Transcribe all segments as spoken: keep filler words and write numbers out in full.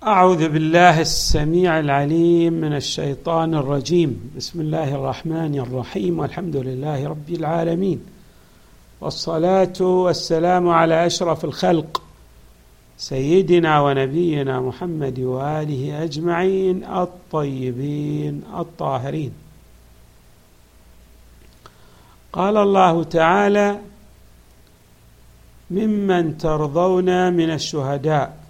أعوذ بالله السميع العليم من الشيطان الرجيم. بسم الله الرحمن الرحيم، والحمد لله رب العالمين، والصلاة والسلام على أشرف الخلق سيدنا ونبينا محمد وآله أجمعين الطيبين الطاهرين. قال الله تعالى: ممن ترضون من الشهداء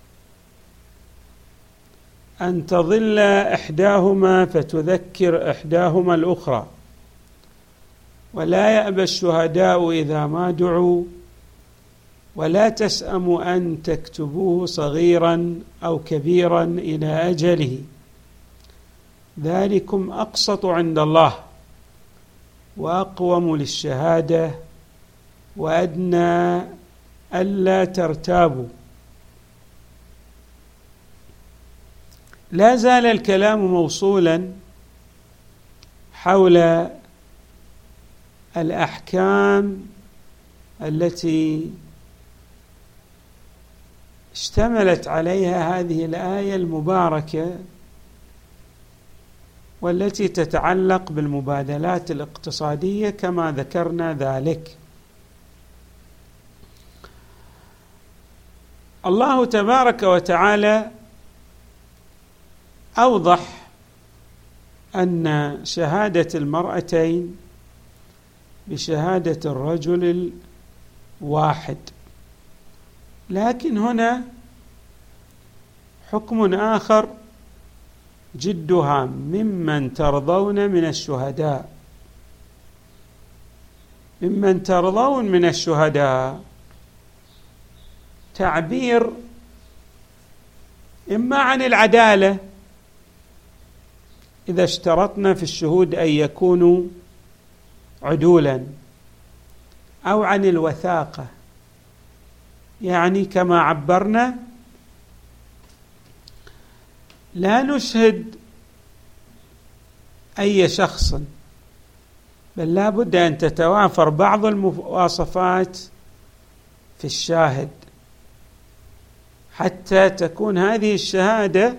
أن تظل إحداهما فتذكر إحداهما الأخرى، ولا يأبى الشهداء إذا ما دعوا، ولا تسأموا أن تكتبوه صغيرا أو كبيرا إلى أجله، ذلكم أقسط عند الله وأقوم للشهادة وأدنى ألا ترتابوا. لا زال الكلام موصولا حول الأحكام التي اشتملت عليها هذه الآية المباركة، والتي تتعلق بالمبادلات الاقتصادية كما ذكرنا ذلك. الله تبارك وتعالى أوضح أن شهادة المرأتين بشهادة الرجل الواحد، لكن هنا حكم آخر جدها: ممن ترضون من الشهداء. ممن ترضون من الشهداء تعبير إما عن العدالة، إذا اشترطنا في الشهود أن يكونوا عدولا، أو عن الوثاقة، يعني كما عبرنا لا نشهد أي شخص، بل لا بد أن تتوافر بعض المواصفات في الشاهد حتى تكون هذه الشهادة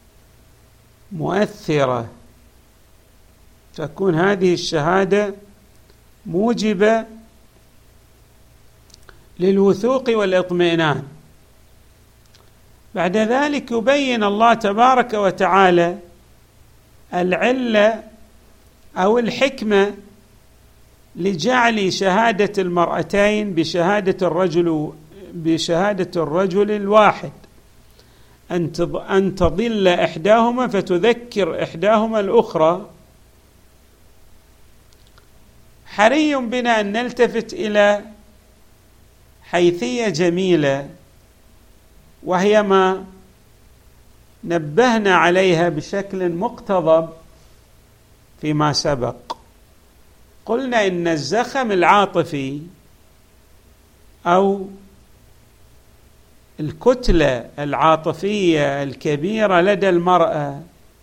مؤثرة، تكون هذه الشهادة موجبة للوثوق والاطمئنان. بعد ذلك يبين الله تبارك وتعالى العلة أو الحكمة لجعل شهادة المرأتين بشهادة الرجل بشهادة الرجل الواحد، أن تضل إحداهما فتذكر إحداهما الأخرى. حري بنا أن نلتفت إلى حيثية جميلة، وهي ما نبهنا عليها بشكل مقتضب فيما سبق. قلنا إن الزخم العاطفي أو الكتلة العاطفية الكبيرة لدى المرأة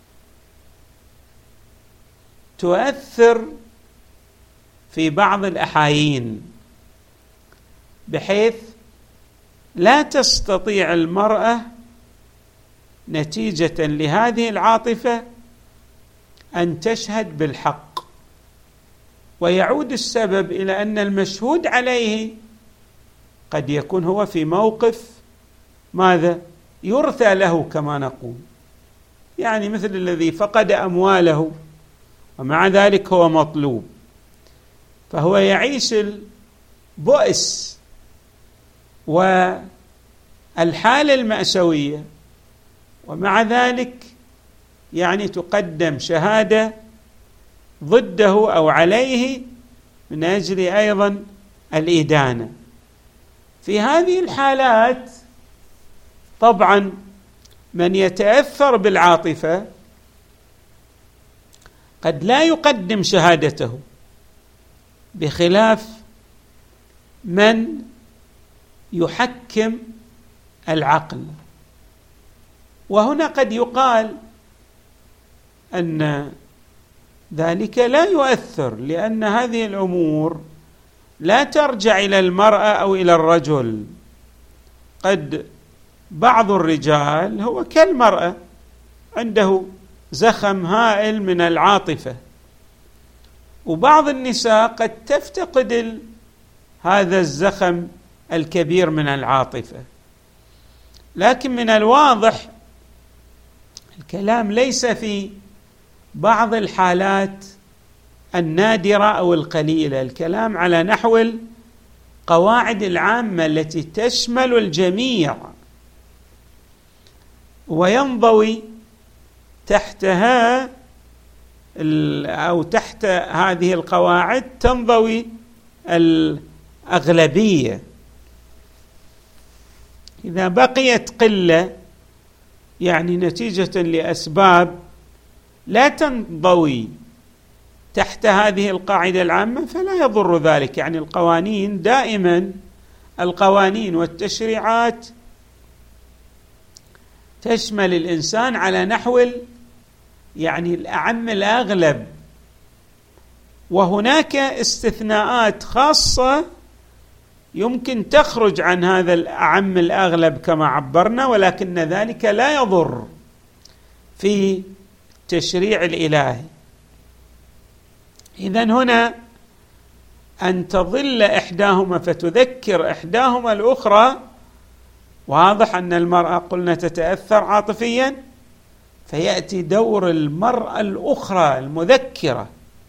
تؤثر في بعض الأحايين، بحيث لا تستطيع المرأة نتيجة لهذه العاطفة أن تشهد بالحق، ويعود السبب إلى أن المشهود عليه قد يكون هو في موقف ماذا؟ يرثى له كما نقول، يعني مثل الذي فقد أمواله ومع ذلك هو مطلوب، فهو يعيش البؤس والحالة المأساوية، ومع ذلك يعني تقدم شهادة ضده أو عليه من أجل أيضا الإدانة. في هذه الحالات طبعا من يتأثر بالعاطفة قد لا يقدم شهادته، بخلاف من يحكم العقل. وهنا قد يقال أن ذلك لا يؤثر، لأن هذه الأمور لا ترجع إلى المرأة أو إلى الرجل، قد بعض الرجال هو كالمرأة عنده زخم هائل من العاطفة، وبعض النساء قد تفتقد هذا الزخم الكبير من العاطفة. لكن من الواضح الكلام ليس في بعض الحالات النادرة أو القليلة، الكلام على نحو القواعد العامة التي تشمل الجميع وينضوي تحتها أو تحت هذه القواعد تنضوي الأغلبية. إذا بقيت قلة يعني نتيجة لأسباب لا تنضوي تحت هذه القاعدة العامة فلا يضر ذلك. يعني القوانين دائما القوانين والتشريعات تشمل الإنسان على نحو يعني الأعم الأغلب، وهناك استثناءات خاصة يمكن تخرج عن هذا الأعم الأغلب كما عبرنا، ولكن ذلك لا يضر في التشريع الإلهي. إذن هنا أن تظل إحداهما فتذكر إحداهما الأخرى، واضح أن المرأة قلنا تتأثر عاطفيا، فيأتي دور المرأة الأخرى المذكرة.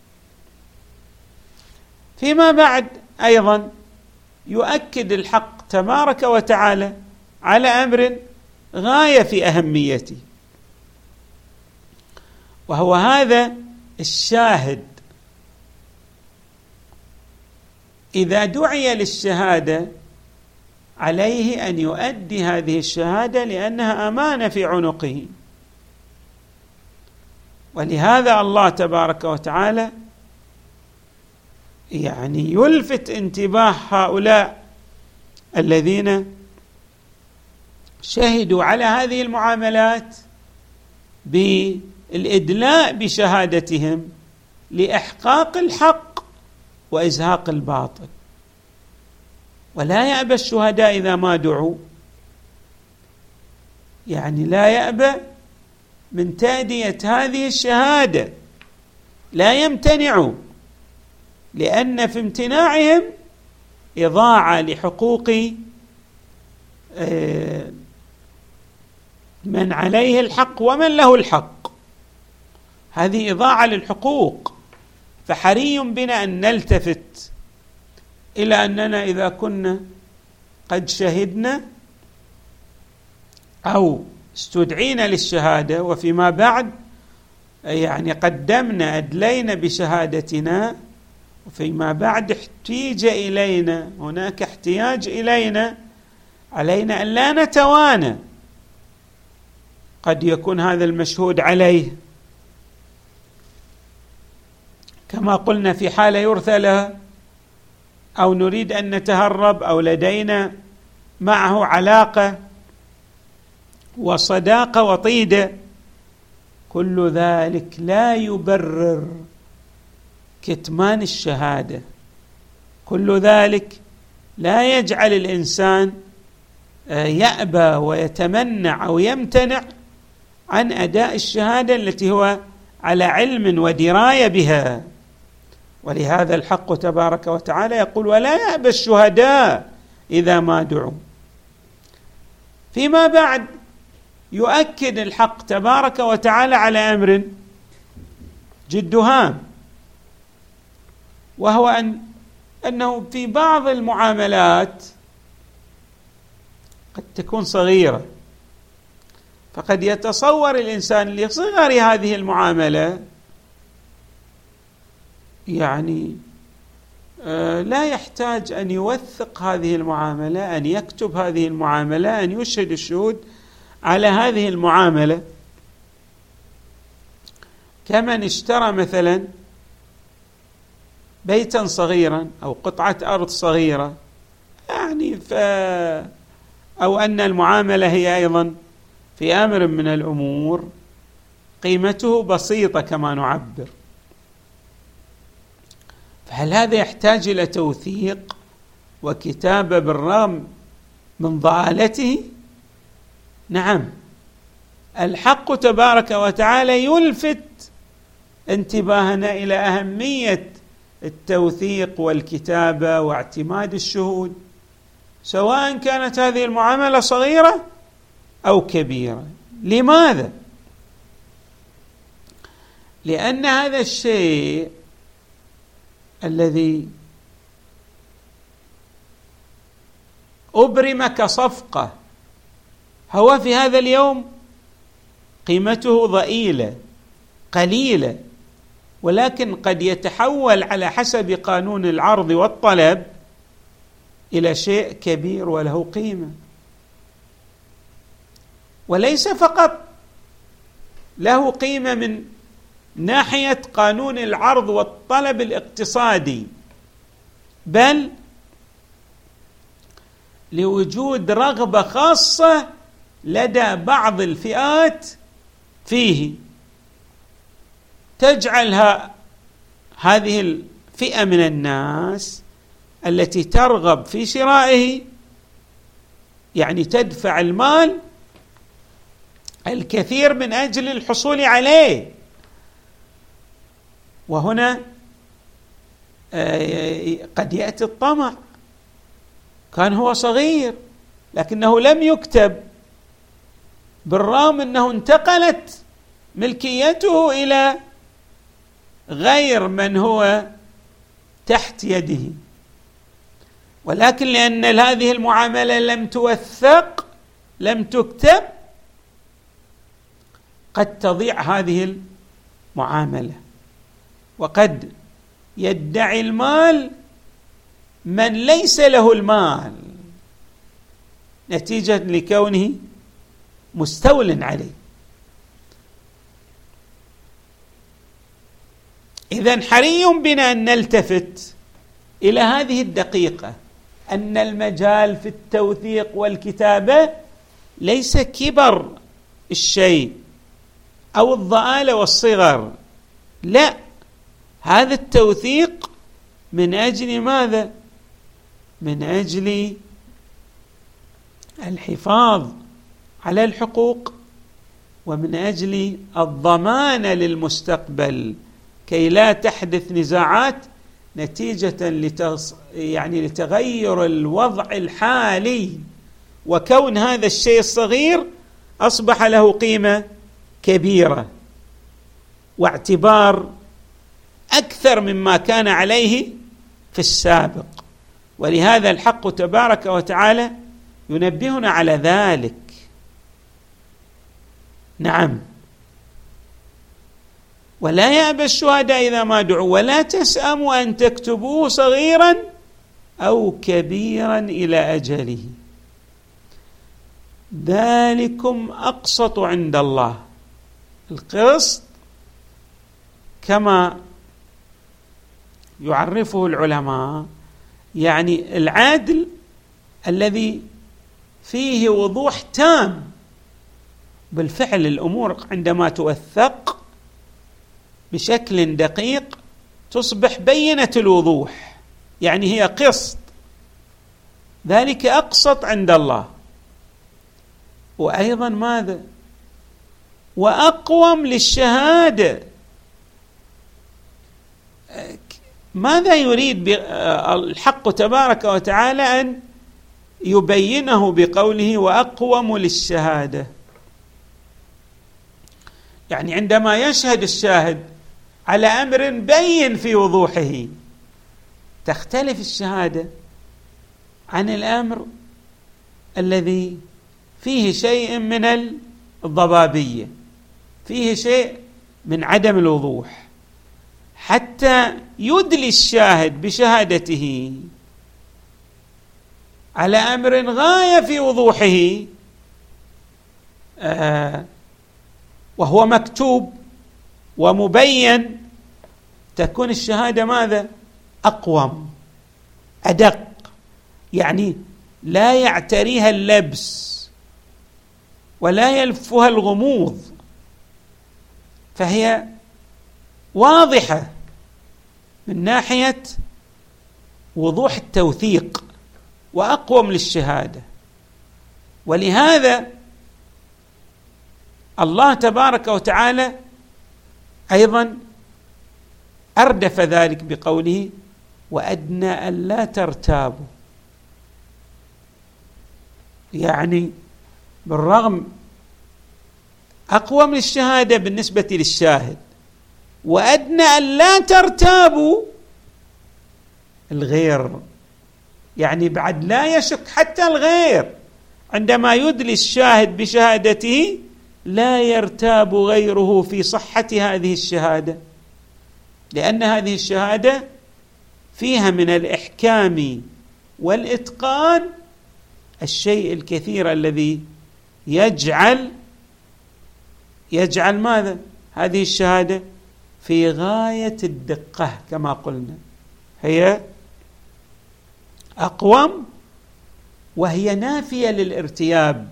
فيما بعد أيضا يؤكد الحق تبارك وتعالى على أمر غاية في أهميته، وهو هذا الشاهد إذا دعي للشهادة عليه أن يؤدي هذه الشهادة لأنها أمانة في عنقه. ولهذا الله تبارك وتعالى يعني يلفت انتباه هؤلاء الذين شهدوا على هذه المعاملات بالإدلاء بشهادتهم لإحقاق الحق وإزهاق الباطل. ولا يأبى الشهداء إذا ما دعوا، يعني لا يأبى من تأدية هذه الشهادة، لا يمتنعوا، لأن في امتناعهم إضاعة لحقوق من عليه الحق ومن له الحق، هذه إضاعة للحقوق. فحري بنا أن نلتفت إلى أننا إذا كنا قد شهدنا أو استدعينا للشهادة وفيما بعد يعني قدمنا أدلينا بشهادتنا، وفيما بعد احتيج إلينا، هناك احتياج إلينا، علينا أن لا نتوانى. قد يكون هذا المشهود عليه كما قلنا في حالة يرثى لها، أو نريد أن نتهرب، أو لدينا معه علاقة وصداقة وطيدة، كل ذلك لا يبرر كتمان الشهادة، كل ذلك لا يجعل الإنسان يأبى ويتمنع أو يمتنع عن أداء الشهادة التي هو على علم ودراية بها. ولهذا الحق تبارك وتعالى يقول: ولا يأبى الشهداء إذا ما دعوا. فيما بعد يؤكد الحق تبارك وتعالى على أمر جد هام، وهو أن أنه في بعض المعاملات قد تكون صغيرة، فقد يتصور الإنسان لصغر هذه المعاملة يعني آه لا يحتاج أن يوثق هذه المعاملة، أن يكتب هذه المعاملة، أن يشهد الشهود على هذه المعاملة. كمن اشترى مثلا بيتا صغيرا أو قطعة أرض صغيرة، يعني ف أو أن المعاملة هي أيضا في أمر من الأمور قيمته بسيطة كما نعبر، فهل هذا يحتاج إلى توثيق وكتابة بالرغم من ضالته؟ نعم، الحق تبارك وتعالى يلفت انتباهنا إلى أهمية التوثيق والكتابة واعتماد الشهود، سواء كانت هذه المعاملة صغيرة أو كبيرة. لماذا؟ لأن هذا الشيء الذي أبرم كصفقة هو في هذا اليوم قيمته ضئيلة قليلة، ولكن قد يتحول على حسب قانون العرض والطلب إلى شيء كبير وله قيمة. وليس فقط له قيمة من ناحية قانون العرض والطلب الاقتصادي، بل لوجود رغبة خاصة لدى بعض الفئات فيه تجعلها هذه الفئة من الناس التي ترغب في شرائه، يعني تدفع المال الكثير من أجل الحصول عليه. وهنا قد يأتي الطمع، كان هو صغير لكنه لم يكتب، بالرغم أنه انتقلت ملكيته إلى غير من هو تحت يده، ولكن لأن هذه المعاملة لم توثق لم تكتب قد تضيع هذه المعاملة، وقد يدعي المال من ليس له المال نتيجة لكونه مستول عليه. إذن حري بنا أن نلتفت إلى هذه الدقيقة، أن المجال في التوثيق والكتابة ليس كبر الشيء أو الضآلة والصغر، لا، هذا التوثيق من أجل ماذا؟ من أجل الحفاظ على الحقوق، ومن أجل الضمان للمستقبل كي لا تحدث نزاعات نتيجة لتص... يعني لتغير الوضع الحالي، وكون هذا الشيء الصغير أصبح له قيمة كبيرة واعتبار أكثر مما كان عليه في السابق. ولهذا الحق تبارك وتعالى ينبهنا على ذلك. نعم، ولا يأبى الشهداء إذا ما دعوا ولا تسأموا أن تكتبوه صغيرا أو كبيرا إلى أجله ذلكم أقسط عند الله. القسط كما يعرفه العلماء يعني العدل الذي فيه وضوح تام. بالفعل الأمور عندما توثق بشكل دقيق تصبح بينة الوضوح، يعني هي قسط، ذلك أقسط عند الله. وأيضا ماذا؟ وأقوم للشهادة. ماذا يريد الحق تبارك وتعالى أن يبينه بقوله وأقوم للشهادة؟ يعني عندما يشهد الشاهد على أمر بين في وضوحه تختلف الشهادة عن الأمر الذي فيه شيء من الضبابية، فيه شيء من عدم الوضوح، حتى يدلي الشاهد بشهادته على أمر غاية في وضوحه آه وهو مكتوب ومبين، تكون الشهادة ماذا؟ أقوم، أدق، يعني لا يعتريها اللبس ولا يلفها الغموض، فهي واضحة من ناحية وضوح التوثيق وأقوم للشهادة. ولهذا الله تبارك وتعالى أيضا أردف ذلك بقوله وأدنى ألا ترتابوا، يعني بالرغم أقوى من الشهادة بالنسبة للشاهد، وأدنى ألا ترتابوا الغير، يعني بعد لا يشك حتى الغير عندما يدلي الشاهد بشهادته لا يرتاب غيره في صحة هذه الشهادة، لأن هذه الشهادة فيها من الإحكام والإتقان الشيء الكثير الذي يجعل يجعل ماذا؟ هذه الشهادة في غاية الدقة، كما قلنا هي أقوم وهي نافية للارتياب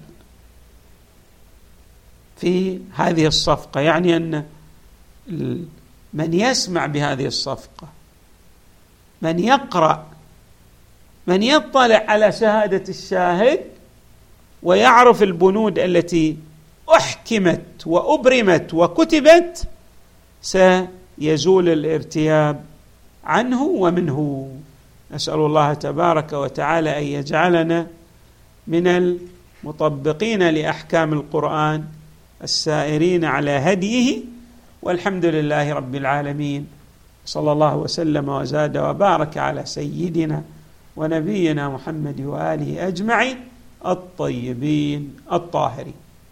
في هذه الصفقة، يعني أن من يسمع بهذه الصفقة، من يقرأ، من يطلع على شهادة الشاهد ويعرف البنود التي أحكمت وأبرمت وكتبت، سيزول الارتياب عنه ومنه. نسأل الله تبارك وتعالى أن يجعلنا من المطبقين لأحكام القرآن السائرين على هديه، والحمد لله رب العالمين. صلى الله وسلم وزاد وبارك على سيدنا ونبينا محمد وآله أجمعين الطيبين الطاهرين.